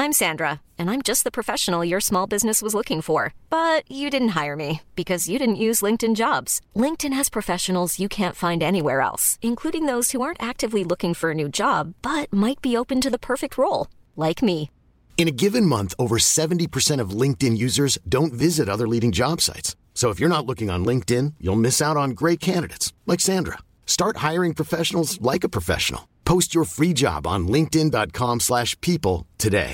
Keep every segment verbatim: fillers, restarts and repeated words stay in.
I'm Sandra, and I'm just the professional your small business was looking for. But you didn't hire me because you didn't use LinkedIn Jobs. LinkedIn has professionals you can't find anywhere else, including those who aren't actively looking for a new job, but might be open to the perfect role, like me. In a given month, over seventy percent of LinkedIn users don't visit other leading job sites. So if you're not looking on LinkedIn, you'll miss out on great candidates like Sandra. Start hiring professionals like a professional. Post your free job on linkedin.com slash people today.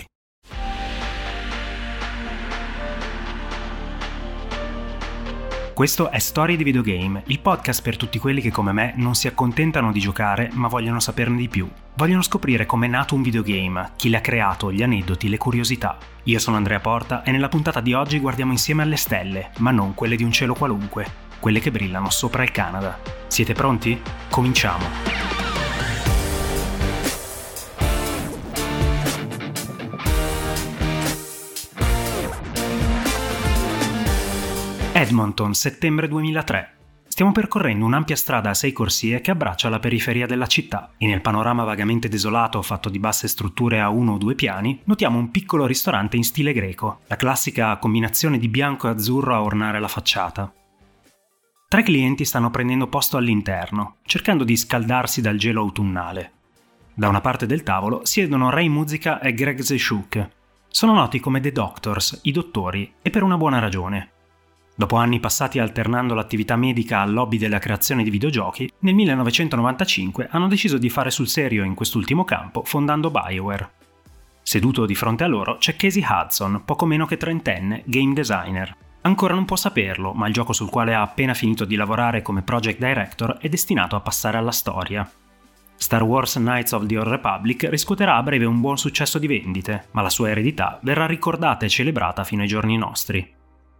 Questo è Storie di Videogame, il podcast per tutti quelli che come me non si accontentano di giocare ma vogliono saperne di più. Vogliono scoprire com'è nato un videogame, chi l'ha creato, gli aneddoti, le curiosità. Io sono Andrea Porta e nella puntata di oggi guardiamo insieme alle stelle, ma non quelle di un cielo qualunque, quelle che brillano sopra il Canada. Siete pronti? Cominciamo! Edmonton, settembre duemilatré. Stiamo percorrendo un'ampia strada a sei corsie che abbraccia la periferia della città e nel panorama vagamente desolato fatto di basse strutture a uno o due piani notiamo un piccolo ristorante in stile greco, la classica combinazione di bianco e azzurro a ornare la facciata. Tre clienti stanno prendendo posto all'interno, cercando di scaldarsi dal gelo autunnale. Da una parte del tavolo siedono Ray Muzyka e Greg Zeshuk. Sono noti come The Doctors, i dottori, e per una buona ragione. Dopo anni passati alternando l'attività medica al lobby della creazione di videogiochi, nel millenovecentonovantacinque hanno deciso di fare sul serio in quest'ultimo campo fondando BioWare. Seduto di fronte a loro c'è Casey Hudson, poco meno che trentenne, game designer. Ancora non può saperlo, ma il gioco sul quale ha appena finito di lavorare come project director è destinato a passare alla storia. Star Wars Knights of the Old Republic riscuoterà a breve un buon successo di vendite, ma la sua eredità verrà ricordata e celebrata fino ai giorni nostri.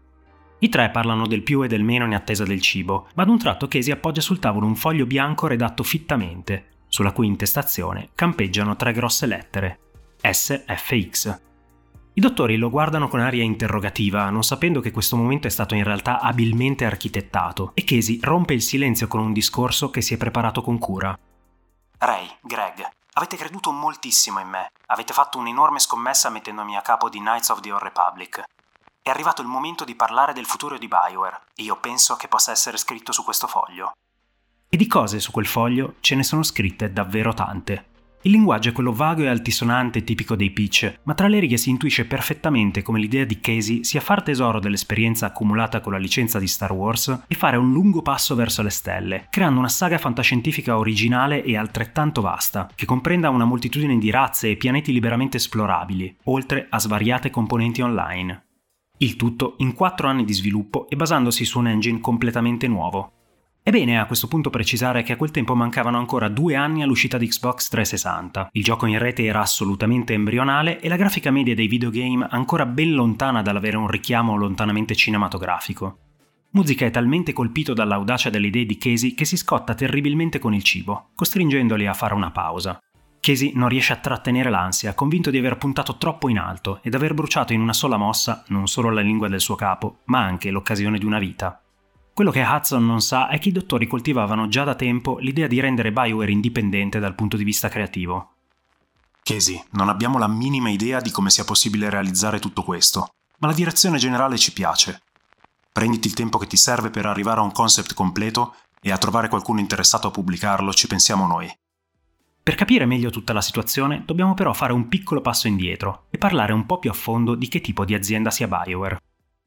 I tre parlano del più e del meno in attesa del cibo, ma ad un tratto Casey appoggia sul tavolo un foglio bianco redatto fittamente, sulla cui intestazione campeggiano tre grosse lettere: S F X. I dottori lo guardano con aria interrogativa, non sapendo che questo momento è stato in realtà abilmente architettato, e Casey rompe il silenzio con un discorso che si è preparato con cura. Ray, Greg, avete creduto moltissimo in me, avete fatto un'enorme scommessa mettendomi a capo di Knights of the Old Republic. È arrivato il momento di parlare del futuro di BioWare e io penso che possa essere scritto su questo foglio. E di cose su quel foglio ce ne sono scritte davvero tante. Il linguaggio è quello vago e altisonante tipico dei pitch, ma tra le righe si intuisce perfettamente come l'idea di Casey sia far tesoro dell'esperienza accumulata con la licenza di Star Wars e fare un lungo passo verso le stelle, creando una saga fantascientifica originale e altrettanto vasta, che comprenda una moltitudine di razze e pianeti liberamente esplorabili, oltre a svariate componenti online. Il tutto in quattro anni di sviluppo e basandosi su un engine completamente nuovo. È bene a questo punto precisare che a quel tempo mancavano ancora due anni all'uscita di Xbox trecentosessanta. Il gioco in rete era assolutamente embrionale e la grafica media dei videogame ancora ben lontana dall'avere un richiamo lontanamente cinematografico. Muzyka è talmente colpito dall'audacia delle idee di Casey che si scotta terribilmente con il cibo, costringendoli a fare una pausa. Casey non riesce a trattenere l'ansia, convinto di aver puntato troppo in alto ed aver bruciato in una sola mossa non solo la lingua del suo capo, ma anche l'occasione di una vita. Quello che Hudson non sa è che i dottori coltivavano già da tempo l'idea di rendere BioWare indipendente dal punto di vista creativo. Casey, non abbiamo la minima idea di come sia possibile realizzare tutto questo, ma la direzione generale ci piace. Prenditi il tempo che ti serve per arrivare a un concept completo e a trovare qualcuno interessato a pubblicarlo ci pensiamo noi. Per capire meglio tutta la situazione, dobbiamo però fare un piccolo passo indietro e parlare un po' più a fondo di che tipo di azienda sia BioWare.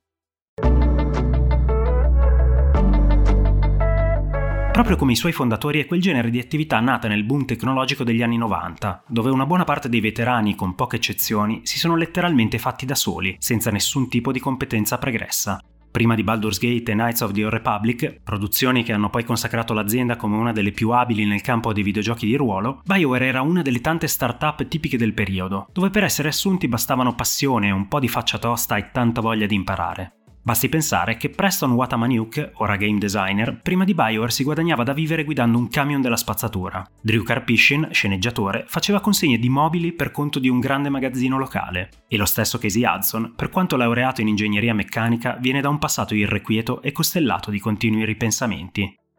Proprio come i suoi fondatori è quel genere di attività nata nel boom tecnologico degli anni novanta, dove una buona parte dei veterani, con poche eccezioni, si sono letteralmente fatti da soli, senza nessun tipo di competenza pregressa. Prima di Baldur's Gate e Knights of the Old Republic, produzioni che hanno poi consacrato l'azienda come una delle più abili nel campo dei videogiochi di ruolo, BioWare era una delle tante start-up tipiche del periodo, dove per essere assunti bastavano passione, un po' di faccia tosta e tanta voglia di imparare. Basti pensare che Preston Watamaniuk, ora game designer, prima di BioWare si guadagnava da vivere guidando un camion della spazzatura. Drew Karpyshyn, sceneggiatore, faceva consegne di mobili per conto di un grande magazzino locale. E lo stesso Casey Hudson, per quanto laureato in ingegneria meccanica, viene da un passato irrequieto e costellato di continui ripensamenti.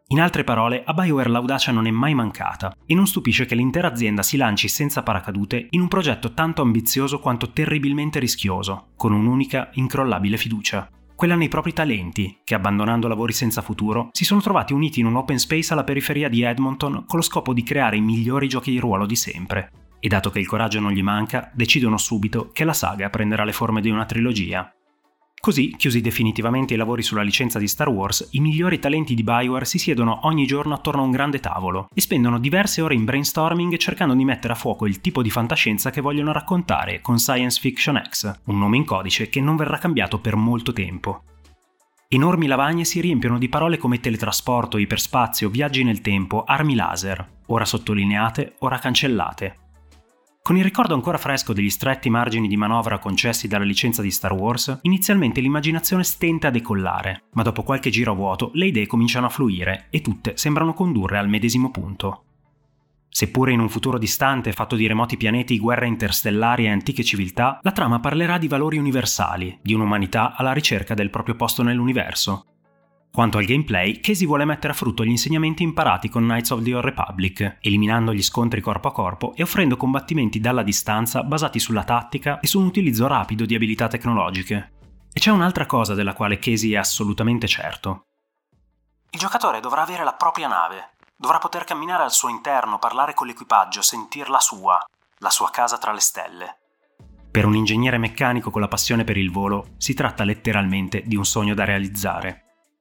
In altre parole, a BioWare l'audacia non è mai mancata e non stupisce che l'intera azienda si lanci senza paracadute in un progetto tanto ambizioso quanto terribilmente rischioso, con un'unica, incrollabile fiducia. Quella nei propri talenti, che abbandonando lavori senza futuro, si sono trovati uniti in un open space alla periferia di Edmonton con lo scopo di creare i migliori giochi di ruolo di sempre. E dato che il coraggio non gli manca, decidono subito che la saga prenderà le forme di una trilogia. Così, chiusi definitivamente i lavori sulla licenza di Star Wars, i migliori talenti di BioWare si siedono ogni giorno attorno a un grande tavolo e spendono diverse ore in brainstorming cercando di mettere a fuoco il tipo di fantascienza che vogliono raccontare con Science Fiction X, un nome in codice che non verrà cambiato per molto tempo. Enormi lavagne si riempiono di parole come teletrasporto, iperspazio, viaggi nel tempo, armi laser, ora sottolineate, ora cancellate. Con il ricordo ancora fresco degli stretti margini di manovra concessi dalla licenza di Star Wars, inizialmente l'immaginazione stenta a decollare, ma dopo qualche giro a vuoto le idee cominciano a fluire e tutte sembrano condurre al medesimo punto. Seppure in un futuro distante fatto di remoti pianeti, guerre interstellari e antiche civiltà, la trama parlerà di valori universali, di un'umanità alla ricerca del proprio posto nell'universo. Quanto al gameplay, Casey vuole mettere a frutto gli insegnamenti imparati con Knights of the Old Republic, eliminando gli scontri corpo a corpo e offrendo combattimenti dalla distanza basati sulla tattica e su un utilizzo rapido di abilità tecnologiche. E c'è un'altra cosa della quale Casey è assolutamente certo. Il giocatore dovrà avere la propria nave, dovrà poter camminare al suo interno, parlare con l'equipaggio, sentirla sua, la sua casa tra le stelle. Per un ingegnere meccanico con la passione per il volo, si tratta letteralmente di un sogno da realizzare.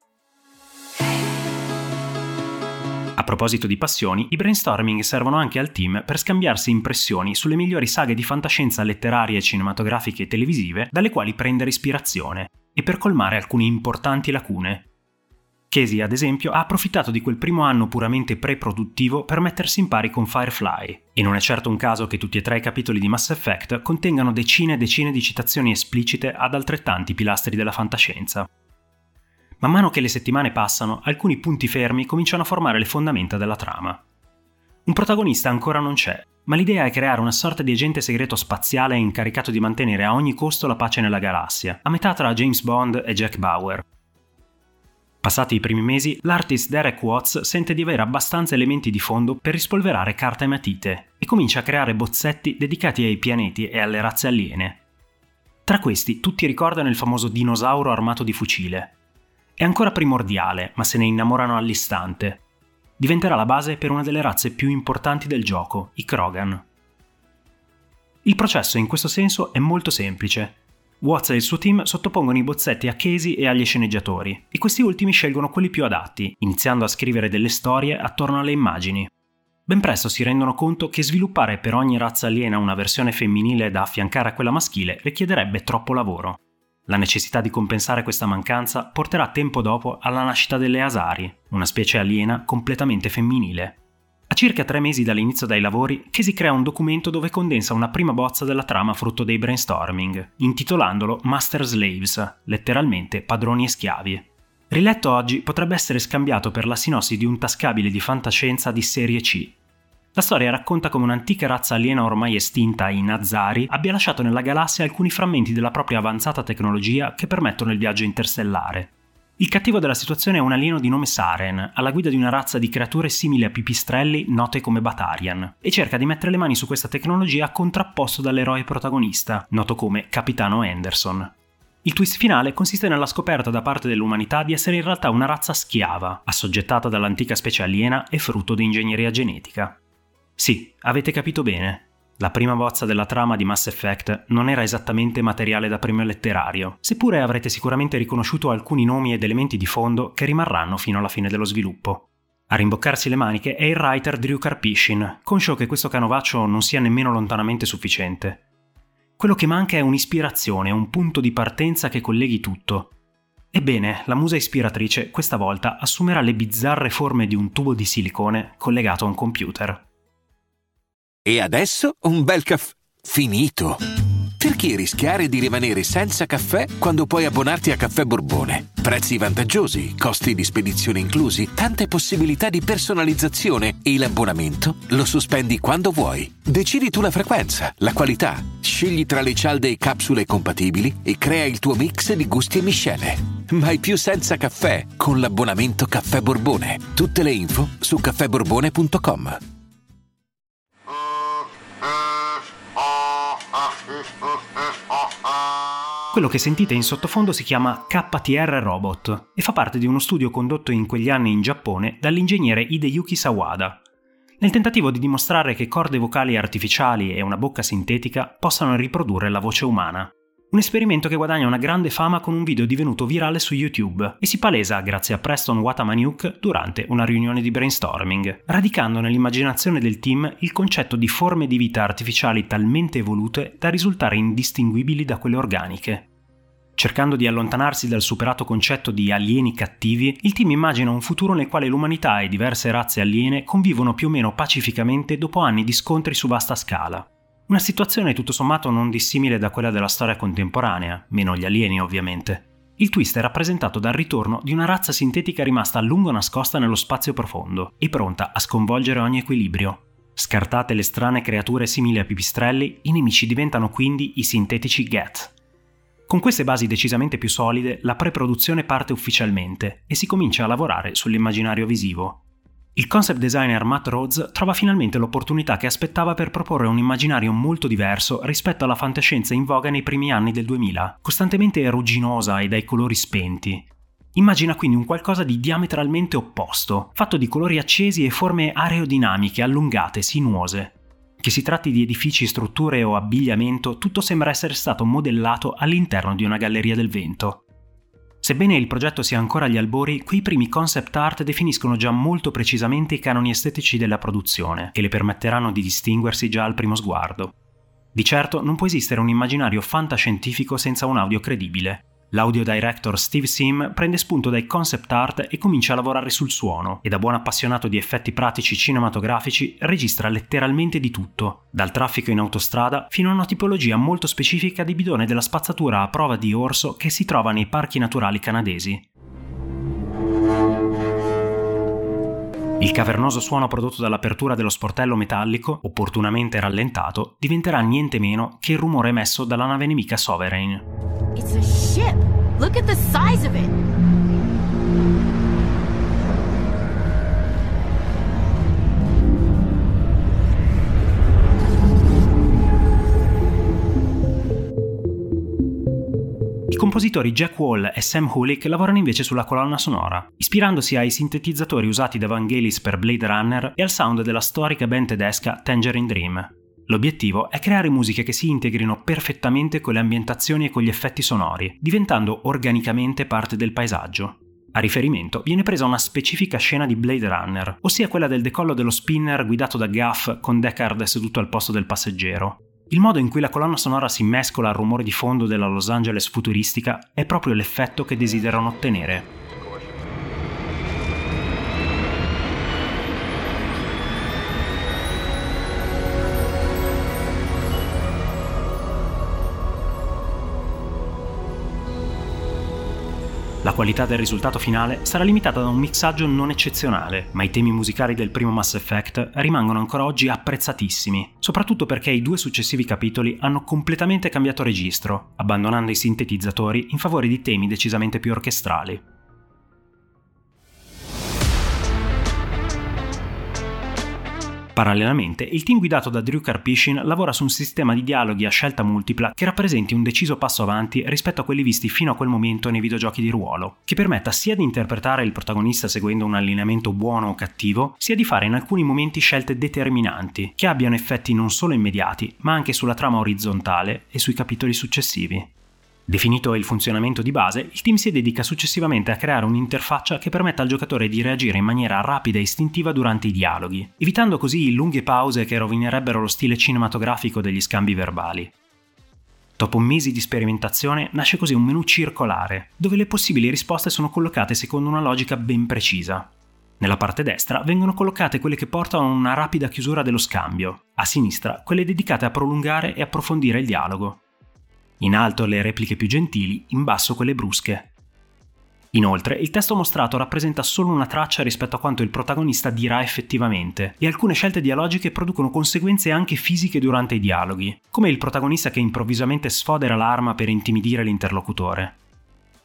A proposito di passioni, i brainstorming servono anche al team per scambiarsi impressioni sulle migliori saghe di fantascienza letterarie, cinematografiche e televisive dalle quali prendere ispirazione e per colmare alcune importanti lacune. Casey, ad esempio, ha approfittato di quel primo anno puramente pre-produttivo per mettersi in pari con Firefly, e non è certo un caso che tutti e tre i capitoli di Mass Effect contengano decine e decine di citazioni esplicite ad altrettanti pilastri della fantascienza. Man mano che le settimane passano, alcuni punti fermi cominciano a formare le fondamenta della trama. Un protagonista ancora non c'è, ma l'idea è creare una sorta di agente segreto spaziale incaricato di mantenere a ogni costo la pace nella galassia, a metà tra James Bond e Jack Bauer. Passati i primi mesi, l'artist Derek Watts sente di avere abbastanza elementi di fondo per rispolverare carta e matite e comincia a creare bozzetti dedicati ai pianeti e alle razze aliene. Tra questi, tutti ricordano il famoso dinosauro armato di fucile. È ancora primordiale, ma se ne innamorano all'istante. Diventerà la base per una delle razze più importanti del gioco, i Krogan. Il processo in questo senso è molto semplice. Watts e il suo team sottopongono i bozzetti a Casey e agli sceneggiatori, e questi ultimi scelgono quelli più adatti, iniziando a scrivere delle storie attorno alle immagini. Ben presto si rendono conto che sviluppare per ogni razza aliena una versione femminile da affiancare a quella maschile richiederebbe troppo lavoro. La necessità di compensare questa mancanza porterà tempo dopo alla nascita delle Asari, una specie aliena completamente femminile. A circa tre mesi dall'inizio dei lavori, Casey crea un documento dove condensa una prima bozza della trama frutto dei brainstorming, intitolandolo Master Slaves, letteralmente padroni e schiavi. Riletto oggi potrebbe essere scambiato per la sinossi di un tascabile di fantascienza di serie C. La storia racconta come un'antica razza aliena ormai estinta, i Nazari, abbia lasciato nella galassia alcuni frammenti della propria avanzata tecnologia che permettono il viaggio interstellare. Il cattivo della situazione è un alieno di nome Saren, alla guida di una razza di creature simili a pipistrelli note come Batarian, e cerca di mettere le mani su questa tecnologia contrapposto dall'eroe protagonista, noto come Capitano Anderson. Il twist finale consiste nella scoperta da parte dell'umanità di essere in realtà una razza schiava, assoggettata dall'antica specie aliena e frutto di ingegneria genetica. Sì, avete capito bene. La prima bozza della trama di Mass Effect non era esattamente materiale da premio letterario, seppure avrete sicuramente riconosciuto alcuni nomi ed elementi di fondo che rimarranno fino alla fine dello sviluppo. A rimboccarsi le maniche è il writer Drew Karpyshyn, conscio che questo canovaccio non sia nemmeno lontanamente sufficiente. Quello che manca è un'ispirazione, un punto di partenza che colleghi tutto. Ebbene, la musa ispiratrice questa volta assumerà le bizzarre forme di un tubo di silicone collegato a un computer. E adesso un bel caffè finito. Perché rischiare di rimanere senza caffè quando puoi abbonarti a Caffè Borbone? Prezzi vantaggiosi, costi di spedizione inclusi, tante possibilità di personalizzazione e l'abbonamento lo sospendi quando vuoi. Decidi tu la frequenza, la qualità, scegli tra le cialde e capsule compatibili e crea il tuo mix di gusti e miscele. mai più senza caffè con l'abbonamento Caffè Borbone. Tutte le info su caffè borbone punto com. Quello che sentite in sottofondo si chiama K T R Robot e fa parte di uno studio condotto in quegli anni in Giappone dall'ingegnere Hideyuki Sawada, nel tentativo di dimostrare che corde vocali artificiali e una bocca sintetica possano riprodurre la voce umana. Un esperimento che guadagna una grande fama con un video divenuto virale su YouTube e si palesa grazie a Preston Watamaniuk durante una riunione di brainstorming, radicando nell'immaginazione del team il concetto di forme di vita artificiali talmente evolute da risultare indistinguibili da quelle organiche. Cercando di allontanarsi dal superato concetto di alieni cattivi, il team immagina un futuro nel quale l'umanità e diverse razze aliene convivono più o meno pacificamente dopo anni di scontri su vasta scala. Una situazione tutto sommato non dissimile da quella della storia contemporanea, meno gli alieni ovviamente. Il twist è rappresentato dal ritorno di una razza sintetica rimasta a lungo nascosta nello spazio profondo e pronta a sconvolgere ogni equilibrio. Scartate le strane creature simili a pipistrelli, i nemici diventano quindi i sintetici Geth. Con queste basi decisamente più solide, la pre-produzione parte ufficialmente e si comincia a lavorare sull'immaginario visivo. Il concept designer Matt Rhodes trova finalmente l'opportunità che aspettava per proporre un immaginario molto diverso rispetto alla fantascienza in voga nei primi anni del duemila, costantemente rugginosa e dai colori spenti. Immagina quindi un qualcosa di diametralmente opposto, fatto di colori accesi e forme aerodinamiche, allungate, sinuose. Che si tratti di edifici, strutture o abbigliamento, tutto sembra essere stato modellato all'interno di una galleria del vento. Sebbene il progetto sia ancora agli albori, quei primi concept art definiscono già molto precisamente i canoni estetici della produzione, che le permetteranno di distinguersi già al primo sguardo. Di certo non può esistere un immaginario fantascientifico senza un audio credibile. L'audio director Steve Sim prende spunto dai concept art e comincia a lavorare sul suono, e da buon appassionato di effetti pratici cinematografici registra letteralmente di tutto, dal traffico in autostrada fino a una tipologia molto specifica di bidone della spazzatura a prova di orso che si trova nei parchi naturali canadesi. Il cavernoso suono prodotto dall'apertura dello sportello metallico, opportunamente rallentato, diventerà niente meno che il rumore emesso dalla nave nemica Sovereign. It's a ship! Look at the size of it! I compositori Jack Wall e Sam Hulick lavorano invece sulla colonna sonora, ispirandosi ai sintetizzatori usati da Vangelis per Blade Runner e al sound della storica band tedesca Tangerine Dream. L'obiettivo è creare musiche che si integrino perfettamente con le ambientazioni e con gli effetti sonori, diventando organicamente parte del paesaggio. A riferimento viene presa una specifica scena di Blade Runner, ossia quella del decollo dello spinner guidato da Gaff con Deckard seduto al posto del passeggero. Il modo in cui la colonna sonora si mescola al rumore di fondo della Los Angeles futuristica è proprio l'effetto che desiderano ottenere. La qualità del risultato finale sarà limitata da un mixaggio non eccezionale, ma i temi musicali del primo Mass Effect rimangono ancora oggi apprezzatissimi, soprattutto perché i due successivi capitoli hanno completamente cambiato registro, abbandonando i sintetizzatori in favore di temi decisamente più orchestrali. Parallelamente, il team guidato da Drew Karpyshyn lavora su un sistema di dialoghi a scelta multipla che rappresenti un deciso passo avanti rispetto a quelli visti fino a quel momento nei videogiochi di ruolo, che permetta sia di interpretare il protagonista seguendo un allineamento buono o cattivo, sia di fare in alcuni momenti scelte determinanti, che abbiano effetti non solo immediati, ma anche sulla trama orizzontale e sui capitoli successivi. Definito il funzionamento di base, il team si dedica successivamente a creare un'interfaccia che permetta al giocatore di reagire in maniera rapida e istintiva durante i dialoghi, evitando così lunghe pause che rovinerebbero lo stile cinematografico degli scambi verbali. Dopo mesi di sperimentazione nasce così un menu circolare, dove le possibili risposte sono collocate secondo una logica ben precisa. Nella parte destra vengono collocate quelle che portano a una rapida chiusura dello scambio, a sinistra quelle dedicate a prolungare e approfondire il dialogo. In alto le repliche più gentili, in basso quelle brusche. Inoltre, il testo mostrato rappresenta solo una traccia rispetto a quanto il protagonista dirà effettivamente, e alcune scelte dialogiche producono conseguenze anche fisiche durante i dialoghi, come il protagonista che improvvisamente sfodera l'arma per intimidire l'interlocutore.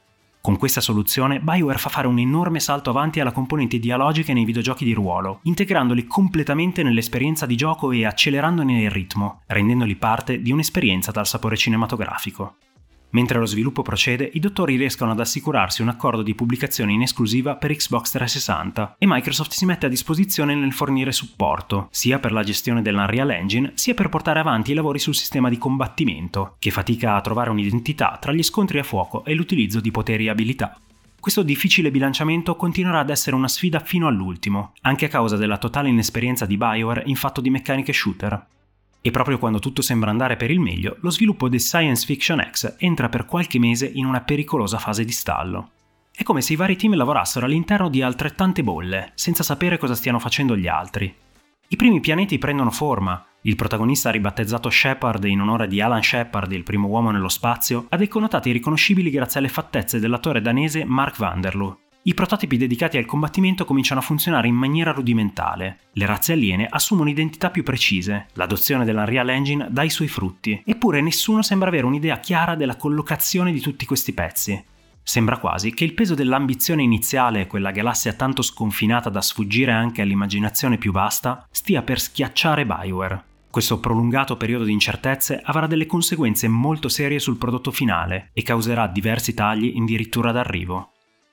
Con questa soluzione, BioWare fa fare un enorme salto avanti alla componente dialogiche nei videogiochi di ruolo, integrandoli completamente nell'esperienza di gioco e accelerandone il ritmo, rendendoli parte di un'esperienza dal sapore cinematografico. Mentre lo sviluppo procede, i dottori riescono ad assicurarsi un accordo di pubblicazione in esclusiva per Xbox trecentosessanta e Microsoft si mette a disposizione nel fornire supporto, sia per la gestione dell'Unreal Engine, sia per portare avanti i lavori sul sistema di combattimento, che fatica a trovare un'identità tra gli scontri a fuoco e l'utilizzo di poteri e abilità. Questo difficile bilanciamento continuerà ad essere una sfida fino all'ultimo, anche a causa della totale inesperienza di BioWare in fatto di meccaniche shooter. E proprio quando tutto sembra andare per il meglio, lo sviluppo di Science Fiction X entra per qualche mese in una pericolosa fase di stallo. È come se i vari team lavorassero all'interno di altrettante bolle, senza sapere cosa stiano facendo gli altri. I primi pianeti prendono forma, il protagonista ribattezzato Shepard in onore di Alan Shepard, il primo uomo nello spazio, ha dei connotati riconoscibili grazie alle fattezze dell'attore danese Mark Vanderloo. I prototipi dedicati al combattimento cominciano a funzionare in maniera rudimentale. Le razze aliene assumono identità più precise, l'adozione dell'Unreal Engine dà i suoi frutti, eppure nessuno sembra avere un'idea chiara della collocazione di tutti questi pezzi. Sembra quasi che il peso dell'ambizione iniziale, quella galassia tanto sconfinata da sfuggire anche all'immaginazione più vasta, stia per schiacciare BioWare. Questo prolungato periodo di incertezze avrà delle conseguenze molto serie sul prodotto finale e causerà diversi tagli in dirittura d'arrivo.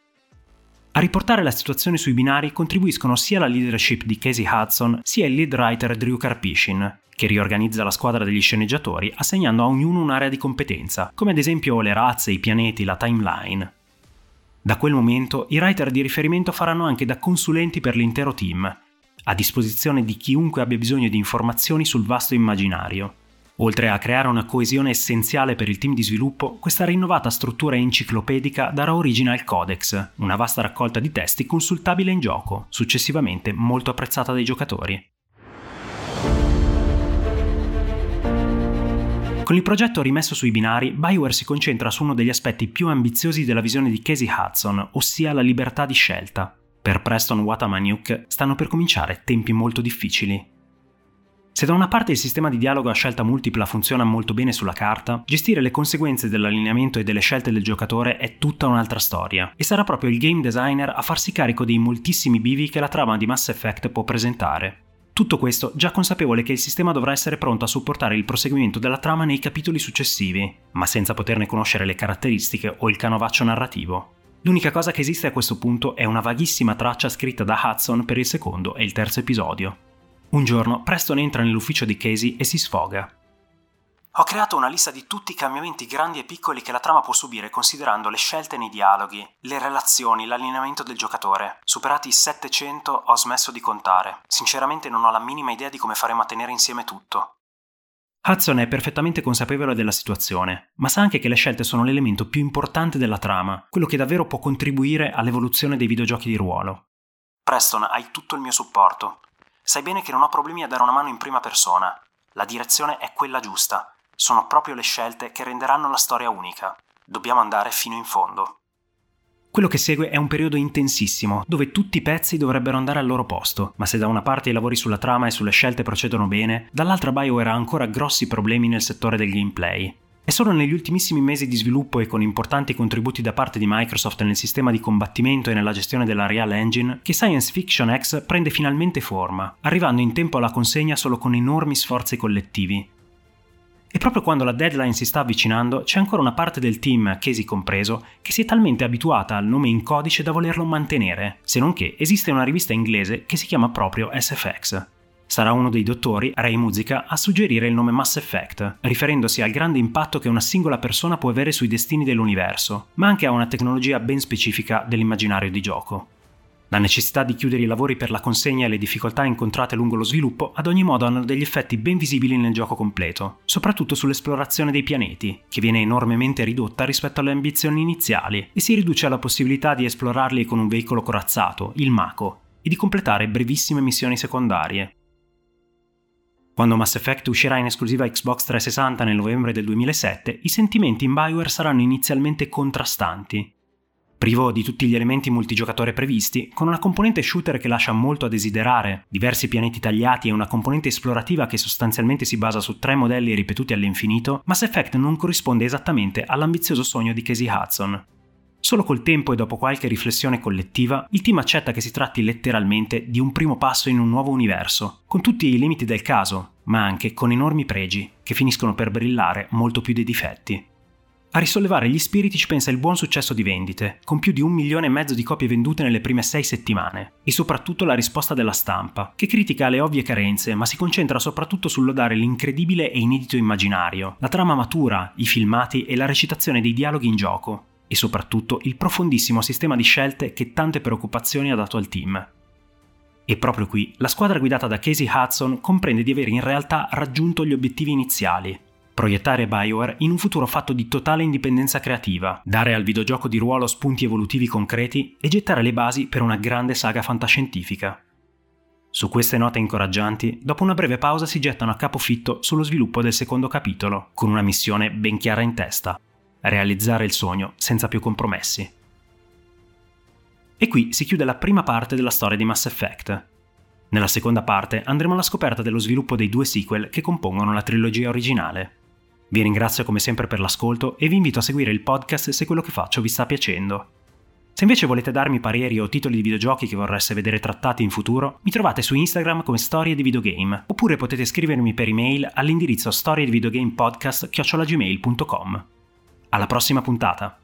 A riportare la situazione sui binari contribuiscono sia la leadership di Casey Hudson sia il lead writer Drew Karpyshyn, che riorganizza la squadra degli sceneggiatori assegnando a ognuno un'area di competenza, come ad esempio le razze, i pianeti, la timeline. Da quel momento i writer di riferimento faranno anche da consulenti per l'intero team, a disposizione di chiunque abbia bisogno di informazioni sul vasto immaginario. Oltre a creare una coesione essenziale per il team di sviluppo, questa rinnovata struttura enciclopedica darà origine al Codex, una vasta raccolta di testi consultabile in gioco, successivamente molto apprezzata dai giocatori. Con il progetto rimesso sui binari, BioWare si concentra su uno degli aspetti più ambiziosi della visione di Casey Hudson, ossia la libertà di scelta. Per Preston Watamaniuk stanno per cominciare tempi molto difficili. Se da una parte il sistema di dialogo a scelta multipla funziona molto bene sulla carta, gestire le conseguenze dell'allineamento e delle scelte del giocatore è tutta un'altra storia, e sarà proprio il game designer a farsi carico dei moltissimi bivi che la trama di Mass Effect può presentare. Tutto questo già consapevole che il sistema dovrà essere pronto a supportare il proseguimento della trama nei capitoli successivi, ma senza poterne conoscere le caratteristiche o il canovaccio narrativo. L'unica cosa che esiste a questo punto è una vaghissima traccia scritta da Hudson per il secondo e il terzo episodio. Un giorno Preston entra nell'ufficio di Casey e si sfoga. Ho creato una lista di tutti i cambiamenti grandi e piccoli che la trama può subire considerando le scelte nei dialoghi, le relazioni, l'allineamento del giocatore. Superati i settecento ho smesso di contare. Sinceramente non ho la minima idea di come faremo a tenere insieme tutto. Hudson è perfettamente consapevole della situazione, ma sa anche che le scelte sono l'elemento più importante della trama, quello che davvero può contribuire all'evoluzione dei videogiochi di ruolo. Preston, hai tutto il mio supporto. Sai bene che non ho problemi a dare una mano in prima persona. La direzione è quella giusta. Sono proprio le scelte che renderanno la storia unica. Dobbiamo andare fino in fondo. Quello che segue è un periodo intensissimo, dove tutti i pezzi dovrebbero andare al loro posto, ma se da una parte i lavori sulla trama e sulle scelte procedono bene, dall'altra BioWare ha ancora grossi problemi nel settore del gameplay. È solo negli ultimissimi mesi di sviluppo e con importanti contributi da parte di Microsoft nel sistema di combattimento e nella gestione dell'Unreal Engine che Science Fiction X prende finalmente forma, arrivando in tempo alla consegna solo con enormi sforzi collettivi. E proprio quando la deadline si sta avvicinando, c'è ancora una parte del team, Casey compreso, che si è talmente abituata al nome in codice da volerlo mantenere, se non che esiste una rivista inglese che si chiama proprio S F X. Sarà uno dei dottori, Ray Muzica, a suggerire il nome Mass Effect, riferendosi al grande impatto che una singola persona può avere sui destini dell'universo, ma anche a una tecnologia ben specifica dell'immaginario di gioco. La necessità di chiudere i lavori per la consegna e le difficoltà incontrate lungo lo sviluppo ad ogni modo hanno degli effetti ben visibili nel gioco completo, soprattutto sull'esplorazione dei pianeti, che viene enormemente ridotta rispetto alle ambizioni iniziali e si riduce alla possibilità di esplorarli con un veicolo corazzato, il Mako, e di completare brevissime missioni secondarie. Quando Mass Effect uscirà in esclusiva Xbox trecentosessanta nel novembre del duemilasette, i sentimenti in BioWare saranno inizialmente contrastanti. Privo di tutti gli elementi multigiocatore previsti, con una componente shooter che lascia molto a desiderare, diversi pianeti tagliati e una componente esplorativa che sostanzialmente si basa su tre modelli ripetuti all'infinito, Mass Effect non corrisponde esattamente all'ambizioso sogno di Casey Hudson. Solo col tempo e dopo qualche riflessione collettiva, il team accetta che si tratti letteralmente di un primo passo in un nuovo universo, con tutti i limiti del caso, ma anche con enormi pregi, che finiscono per brillare molto più dei difetti. A risollevare gli spiriti ci pensa il buon successo di vendite, con più di un milione e mezzo di copie vendute nelle prime sei settimane, e soprattutto la risposta della stampa, che critica le ovvie carenze, ma si concentra soprattutto sul lodare l'incredibile e inedito immaginario, la trama matura, i filmati e la recitazione dei dialoghi in gioco, e soprattutto il profondissimo sistema di scelte che tante preoccupazioni ha dato al team. E proprio qui, la squadra guidata da Casey Hudson comprende di aver in realtà raggiunto gli obiettivi iniziali: proiettare BioWare in un futuro fatto di totale indipendenza creativa, dare al videogioco di ruolo spunti evolutivi concreti e gettare le basi per una grande saga fantascientifica. Su queste note incoraggianti, dopo una breve pausa si gettano a capofitto sullo sviluppo del secondo capitolo, con una missione ben chiara in testa: realizzare il sogno senza più compromessi. E qui si chiude la prima parte della storia di Mass Effect. Nella seconda parte andremo alla scoperta dello sviluppo dei due sequel che compongono la trilogia originale. Vi ringrazio come sempre per l'ascolto e vi invito a seguire il podcast se quello che faccio vi sta piacendo. Se invece volete darmi pareri o titoli di videogiochi che vorreste vedere trattati in futuro, mi trovate su Instagram come Storie di Videogame, oppure potete scrivermi per email all'indirizzo storiedivideogamepodcast chiocciola gmail punto com. Alla prossima puntata!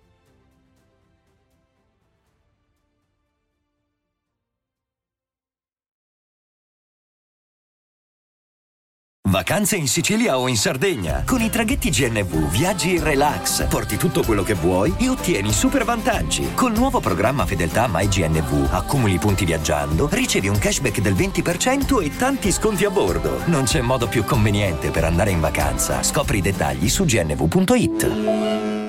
Vacanze in Sicilia o in Sardegna. Con i traghetti G N V viaggi in relax, porti tutto quello che vuoi e ottieni super vantaggi. Col nuovo programma Fedeltà MyGNV accumuli punti viaggiando, ricevi un cashback del venti per cento e tanti sconti a bordo. Non c'è modo più conveniente per andare in vacanza. Scopri i dettagli su gnv punto it.